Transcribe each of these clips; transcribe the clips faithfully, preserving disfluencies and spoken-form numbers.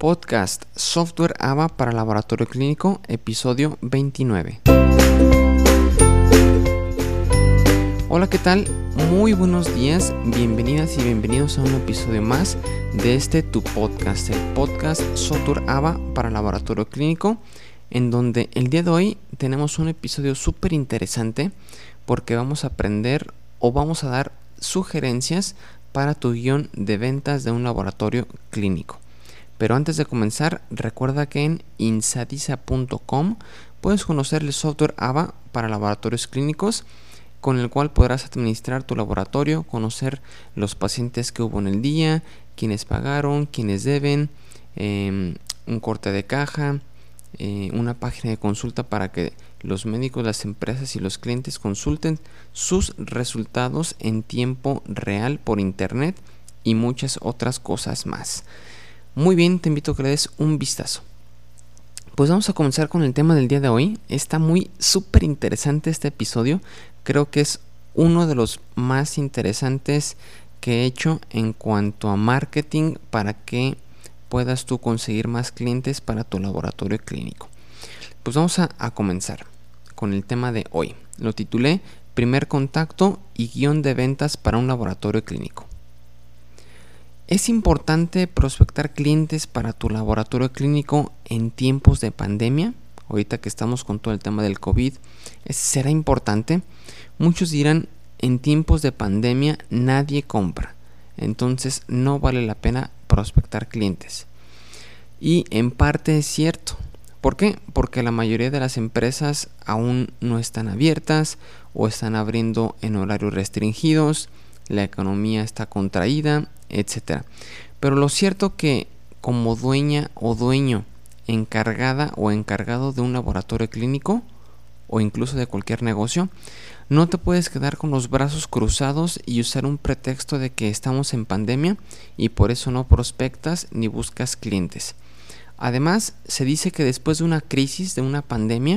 Podcast Software A B A para Laboratorio Clínico, episodio veintinueve. Hola, ¿qué tal? Muy buenos días, bienvenidas y bienvenidos a un episodio más de este tu podcast, el podcast Software A B A para Laboratorio Clínico, en donde el día de hoy tenemos un episodio súper interesante porque vamos a aprender o vamos a dar sugerencias para tu guión de ventas de un laboratorio clínico. Pero antes de comenzar, recuerda que en insadisa punto com puedes conocer el software A B A para laboratorios clínicos, con el cual podrás administrar tu laboratorio, conocer los pacientes que hubo en el día, quienes pagaron, quienes deben, eh, un corte de caja, eh, una página de consulta para que los médicos, las empresas y los clientes consulten sus resultados en tiempo real por internet y muchas otras cosas más. Muy bien, te invito a que le des un vistazo. Pues vamos a comenzar con el tema del día de hoy. Está muy súper interesante este episodio. Creo que es uno de los más interesantes que he hecho en cuanto a marketing para que puedas tú conseguir más clientes para tu laboratorio clínico. Pues vamos a, a comenzar con el tema de hoy. Lo titulé Primer contacto y guión de ventas para un laboratorio clínico. ¿Es importante prospectar clientes para tu laboratorio clínico en tiempos de pandemia? Ahorita que estamos con todo el tema del COVID, ¿será importante? Muchos dirán, en tiempos de pandemia nadie compra, entonces no vale la pena prospectar clientes. Y en parte es cierto. ¿Por qué? Porque la mayoría de las empresas aún no están abiertas o están abriendo en horarios restringidos, la economía está contraída, etcétera. Pero lo cierto que como dueña o dueño, encargada o encargado de un laboratorio clínico o incluso de cualquier negocio, no te puedes quedar con los brazos cruzados y usar un pretexto de que estamos en pandemia y por eso no prospectas ni buscas clientes. Además, se dice que después de una crisis, de una pandemia,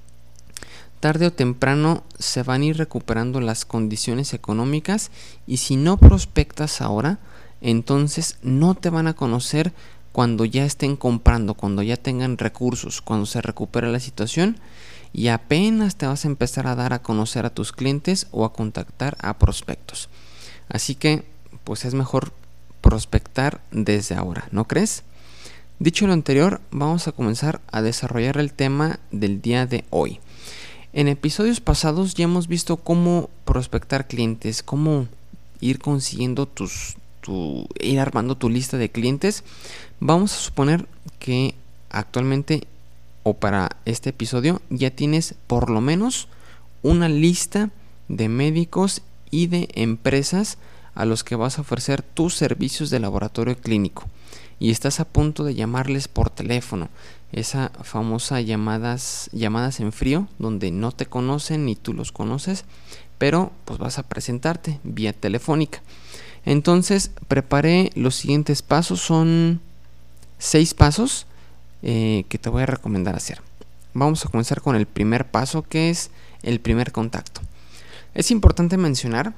tarde o temprano se van a ir recuperando las condiciones económicas y si no prospectas ahora, entonces no te van a conocer cuando ya estén comprando, cuando ya tengan recursos, cuando se recupere la situación y apenas te vas a empezar a dar a conocer a tus clientes o a contactar a prospectos. Así que pues es mejor prospectar desde ahora, ¿no crees? Dicho lo anterior, vamos a comenzar a desarrollar el tema del día de hoy. En episodios pasados ya hemos visto cómo prospectar clientes, cómo ir consiguiendo tus, tu, ir armando tu lista de clientes. Vamos a suponer que actualmente o para este episodio ya tienes por lo menos una lista de médicos y de empresas a los que vas a ofrecer tus servicios de laboratorio clínico y estás a punto de llamarles por teléfono, esa famosa llamadas llamadas en frío donde no te conocen ni tú los conoces, pero pues vas a presentarte vía telefónica. Entonces preparé los siguientes pasos, son seis pasos eh, que te voy a recomendar hacer. Vamos a comenzar con el primer paso, que es el primer contacto. Es importante mencionar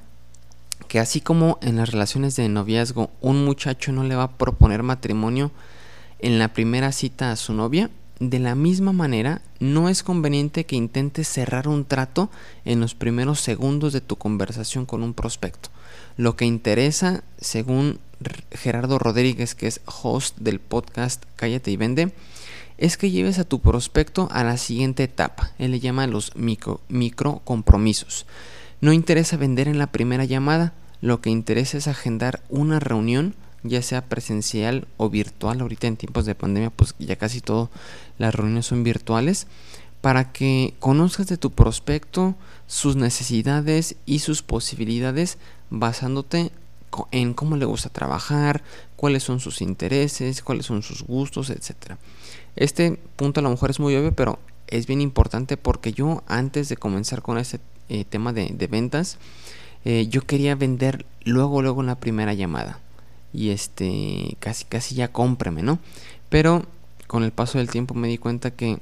que así como en las relaciones de noviazgo un muchacho no le va a proponer matrimonio en la primera cita a su novia, de la misma manera no es conveniente que intentes cerrar un trato en los primeros segundos de tu conversación con un prospecto. Lo que interesa, según Gerardo Rodríguez, que es host del podcast Cállate y Vende, es que lleves a tu prospecto a la siguiente etapa. Él le llama los micro, micro compromisos. No interesa vender en la primera llamada, lo que interesa es agendar una reunión, ya sea presencial o virtual. Ahorita en tiempos de pandemia pues ya casi todas las reuniones son virtuales, para que conozcas de tu prospecto, sus necesidades y sus posibilidades basándote en cómo le gusta trabajar, cuáles son sus intereses, cuáles son sus gustos, etcétera. Este punto a lo mejor es muy obvio, pero es bien importante porque yo antes de comenzar con este eh, tema de, de ventas, eh, yo quería vender luego, luego en la primera llamada. Y este, casi, casi ya cómprame, ¿no? Pero con el paso del tiempo me di cuenta que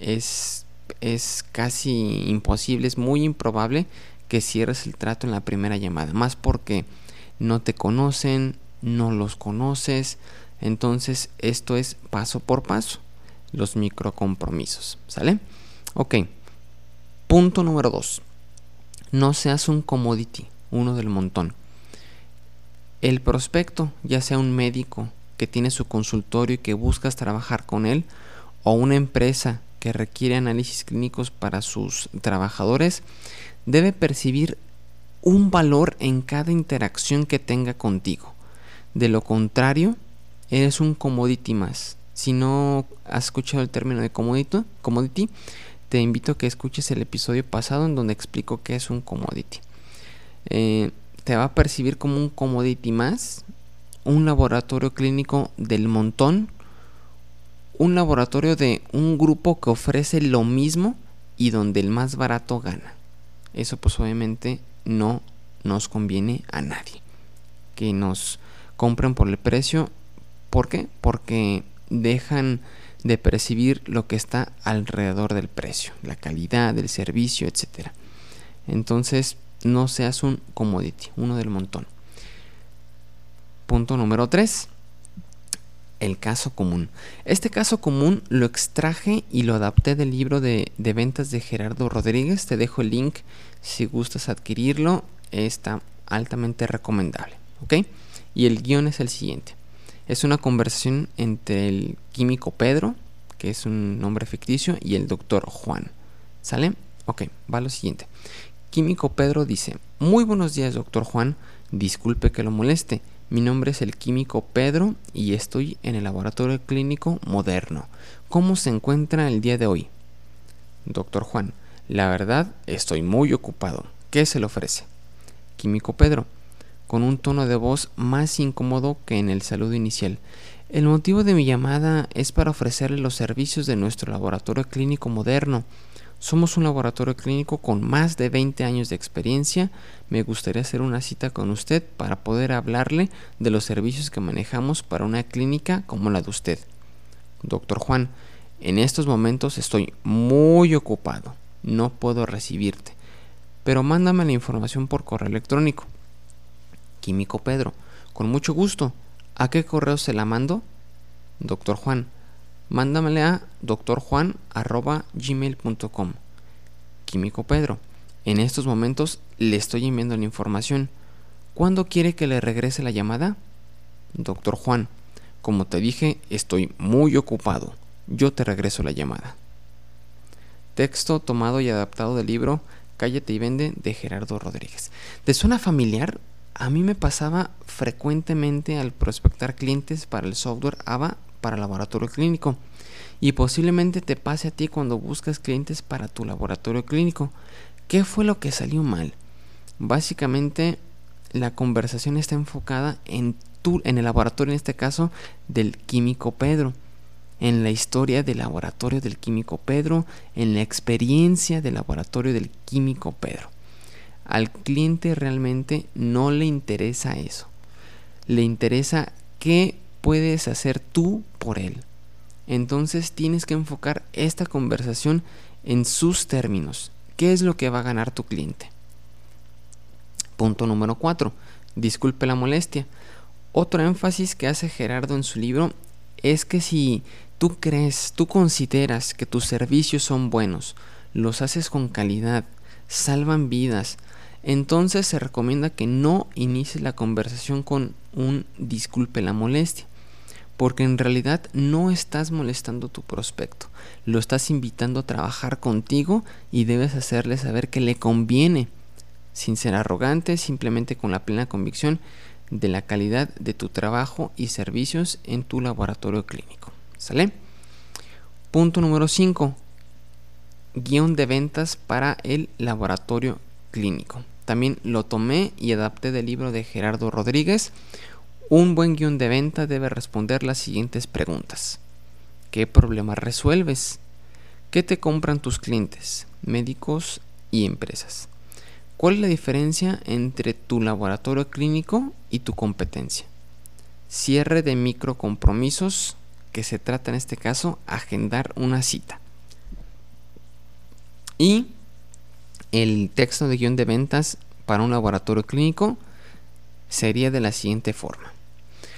es, es casi imposible, es muy improbable que cierres el trato en la primera llamada. Más porque no te conocen, no los conoces, Entonces esto es paso por paso, los microcompromisos, ¿sale? Ok, punto número dos. No seas un commodity, uno del montón. El prospecto, ya sea un médico que tiene su consultorio y que buscas trabajar con él, o una empresa que requiere análisis clínicos para sus trabajadores, debe percibir un valor en cada interacción que tenga contigo. De lo contrario, eres un commodity más. Si no has escuchado el término de commodity, commodity, te invito a que escuches el episodio pasado en donde explico qué es un commodity. Eh, te va a percibir como un commodity más, un laboratorio clínico del montón, un laboratorio de un grupo que ofrece lo mismo y donde el más barato gana. Eso pues obviamente no nos conviene a nadie. Que nos compren por el precio. ¿Por qué? Porque dejan de percibir lo que está alrededor del precio, la calidad del servicio, etcétera. Entonces, no seas un commodity, uno del montón. Punto número tres. El caso común. Este caso común lo extraje y lo adapté del libro de, de ventas de Gerardo Rodríguez. Te dejo el link si gustas adquirirlo. Está altamente recomendable. ¿Ok? Y el guión es el siguiente. Es una conversación entre el químico Pedro, que es un nombre ficticio, y el doctor Juan. ¿Sale? Ok, va lo siguiente. Químico Pedro dice: muy buenos días, doctor Juan. Disculpe que lo moleste. Mi nombre es el químico Pedro y estoy en el laboratorio clínico moderno. ¿Cómo se encuentra el día de hoy? Doctor Juan: la verdad, estoy muy ocupado. ¿Qué se le ofrece? Químico Pedro, con un tono de voz más incómodo que en el saludo inicial: el motivo de mi llamada es para ofrecerle los servicios de nuestro laboratorio clínico moderno. Somos un laboratorio clínico con más de veinte años de experiencia. Me gustaría hacer una cita con usted para poder hablarle de los servicios que manejamos para una clínica como la de usted. Doctor Juan: en estos momentos estoy muy ocupado. No puedo recibirte, pero mándame la información por correo electrónico. Químico Pedro: con mucho gusto. ¿A qué correo se la mando? Doctor Juan: mándamele a doctorjuan arroba gmail punto com. Químico Pedro: en estos momentos le estoy enviando la información. ¿Cuándo quiere que le regrese la llamada? Doctor Juan: como te dije, estoy muy ocupado. Yo te regreso la llamada. Texto tomado y adaptado del libro Cállate y Vende de Gerardo Rodríguez. ¿Te suena familiar? A mí me pasaba frecuentemente al prospectar clientes para el software A B A para laboratorio clínico, y posiblemente te pase a ti cuando buscas clientes para tu laboratorio clínico. ¿Qué fue lo que salió mal? Básicamente, la conversación está enfocada en, tu, en el laboratorio, en este caso, del químico Pedro, en la historia del laboratorio del químico Pedro, en la experiencia del laboratorio del químico Pedro. Al cliente realmente no le interesa eso. Le interesa qué puedes hacer tú por él. Entonces tienes que enfocar esta conversación en sus términos. ¿Qué es lo que va a ganar tu cliente? Punto número cuatro. Disculpe la molestia. Otro énfasis que hace Gerardo en su libro es que si tú crees, tú consideras que tus servicios son buenos, los haces con calidad, salvan vidas, entonces se recomienda que no inicies la conversación con un disculpe la molestia, porque en realidad no estás molestando a tu prospecto, lo estás invitando a trabajar contigo y debes hacerle saber que le conviene, sin ser arrogante, simplemente con la plena convicción de la calidad de tu trabajo y servicios en tu laboratorio clínico. ¿Sale? Punto número cinco. Guión de ventas para el laboratorio clínico. También lo tomé y adapté del libro de Gerardo Rodríguez. Un buen guión de venta debe responder las siguientes preguntas. ¿Qué problemas resuelves? ¿Qué te compran tus clientes, médicos y empresas? ¿Cuál es la diferencia entre tu laboratorio clínico y tu competencia? Cierre de microcompromisos, que se trata en este caso agendar una cita. Y el texto de guión de ventas para un laboratorio clínico sería de la siguiente forma.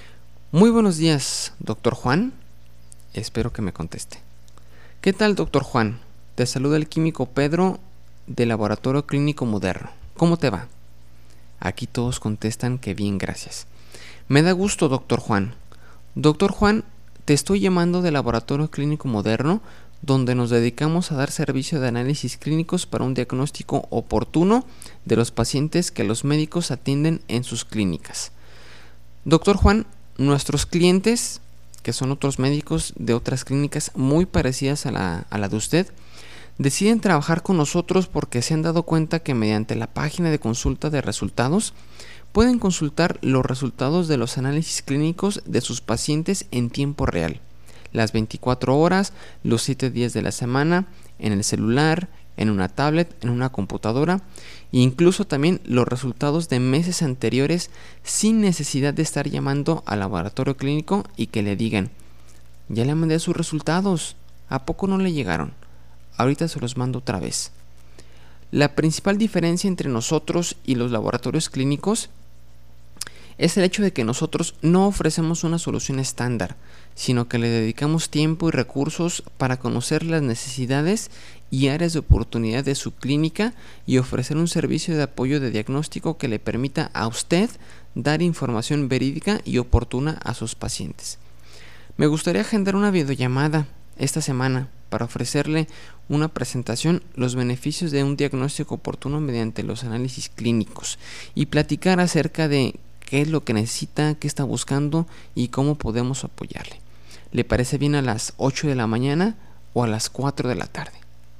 Muy buenos días, doctor Juan. Espero que me conteste. ¿Qué tal, doctor Juan? Te saluda el químico Pedro del Laboratorio Clínico Moderno. ¿Cómo te va? Aquí todos contestan que bien, gracias. Me da gusto, doctor Juan. Doctor Juan, te estoy llamando del Laboratorio Clínico Moderno, donde nos dedicamos a dar servicio de análisis clínicos para un diagnóstico oportuno de los pacientes que los médicos atienden en sus clínicas. Doctor Juan, nuestros clientes, que son otros médicos de otras clínicas muy parecidas a la, a la de usted, deciden trabajar con nosotros porque se han dado cuenta que mediante la página de consulta de resultados pueden consultar los resultados de los análisis clínicos de sus pacientes en tiempo real, las veinticuatro horas, los siete días de la semana, en el celular, en una tablet, en una computadora, e incluso también los resultados de meses anteriores sin necesidad de estar llamando al laboratorio clínico y que le digan: ya le mandé sus resultados, ¿a poco no le llegaron? Ahorita se los mando otra vez. La principal diferencia entre nosotros y los laboratorios clínicos es el hecho de que nosotros no ofrecemos una solución estándar, sino que le dedicamos tiempo y recursos para conocer las necesidades y áreas de oportunidad de su clínica y ofrecer un servicio de apoyo de diagnóstico que le permita a usted dar información verídica y oportuna a sus pacientes. Me gustaría agendar una videollamada esta semana para ofrecerle una presentación, los beneficios de un diagnóstico oportuno mediante los análisis clínicos y platicar acerca de qué es lo que necesita, qué está buscando y cómo podemos apoyarle. ¿Le parece bien a las ocho de la mañana o a las cuatro de la tarde?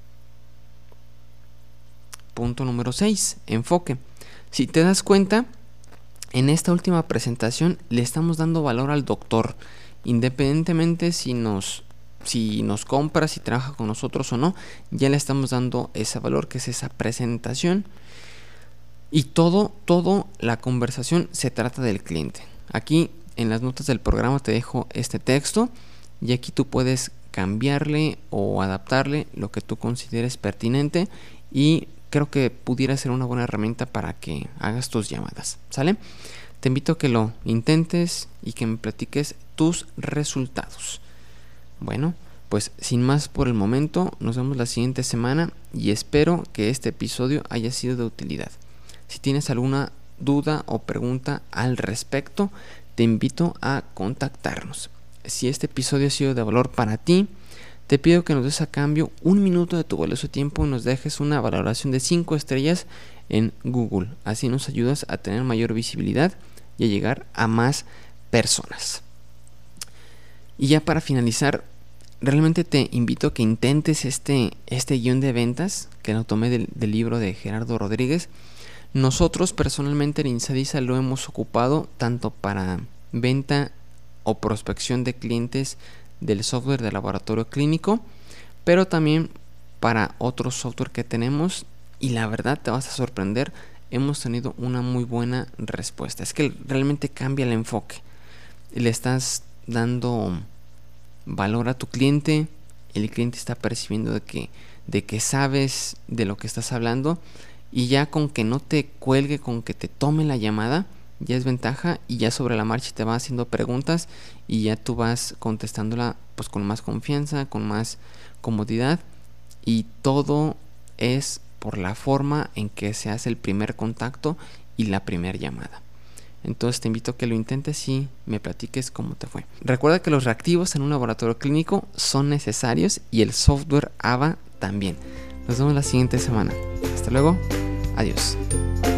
Punto número seis. Enfoque. Si te das cuenta, en esta última presentación le estamos dando valor al doctor, independientemente si nos, si nos compra, si trabaja con nosotros o no, ya le estamos dando ese valor que es esa presentación. Y todo, todo la conversación se trata del cliente. Aquí en las notas del programa te dejo este texto y aquí tú puedes cambiarle o adaptarle lo que tú consideres pertinente y creo que pudiera ser una buena herramienta para que hagas tus llamadas, ¿sale? Te invito a que lo intentes y que me platiques tus resultados. Bueno, pues sin más por el momento, nos vemos la siguiente semana y espero que este episodio haya sido de utilidad. Si tienes alguna duda o pregunta al respecto, te invito a contactarnos. Si este episodio ha sido de valor para ti, te pido que nos des a cambio un minuto de tu valioso tiempo y nos dejes una valoración de cinco estrellas en Google. Así nos ayudas a tener mayor visibilidad y a llegar a más personas. Y ya para finalizar, realmente te invito a que intentes este, este guión de ventas que lo tomé del, del libro de Gerardo Rodríguez. Nosotros personalmente en Insadisa lo hemos ocupado tanto para venta o prospección de clientes del software de laboratorio clínico, pero también para otro software que tenemos y la verdad te vas a sorprender, hemos tenido una muy buena respuesta. Es que realmente cambia el enfoque. Le estás dando valor a tu cliente, el cliente está percibiendo de que, de que sabes de lo que estás hablando. Y ya con que no te cuelgue, con que te tome la llamada, ya es ventaja y ya sobre la marcha te va haciendo preguntas y ya tú vas contestándola pues con más confianza, con más comodidad y todo es por la forma en que se hace el primer contacto y la primera llamada. Entonces te invito a que lo intentes y me platiques cómo te fue. Recuerda que los reactivos en un laboratorio clínico son necesarios y el software A B A también. Nos vemos la siguiente semana. Hasta luego. Adiós.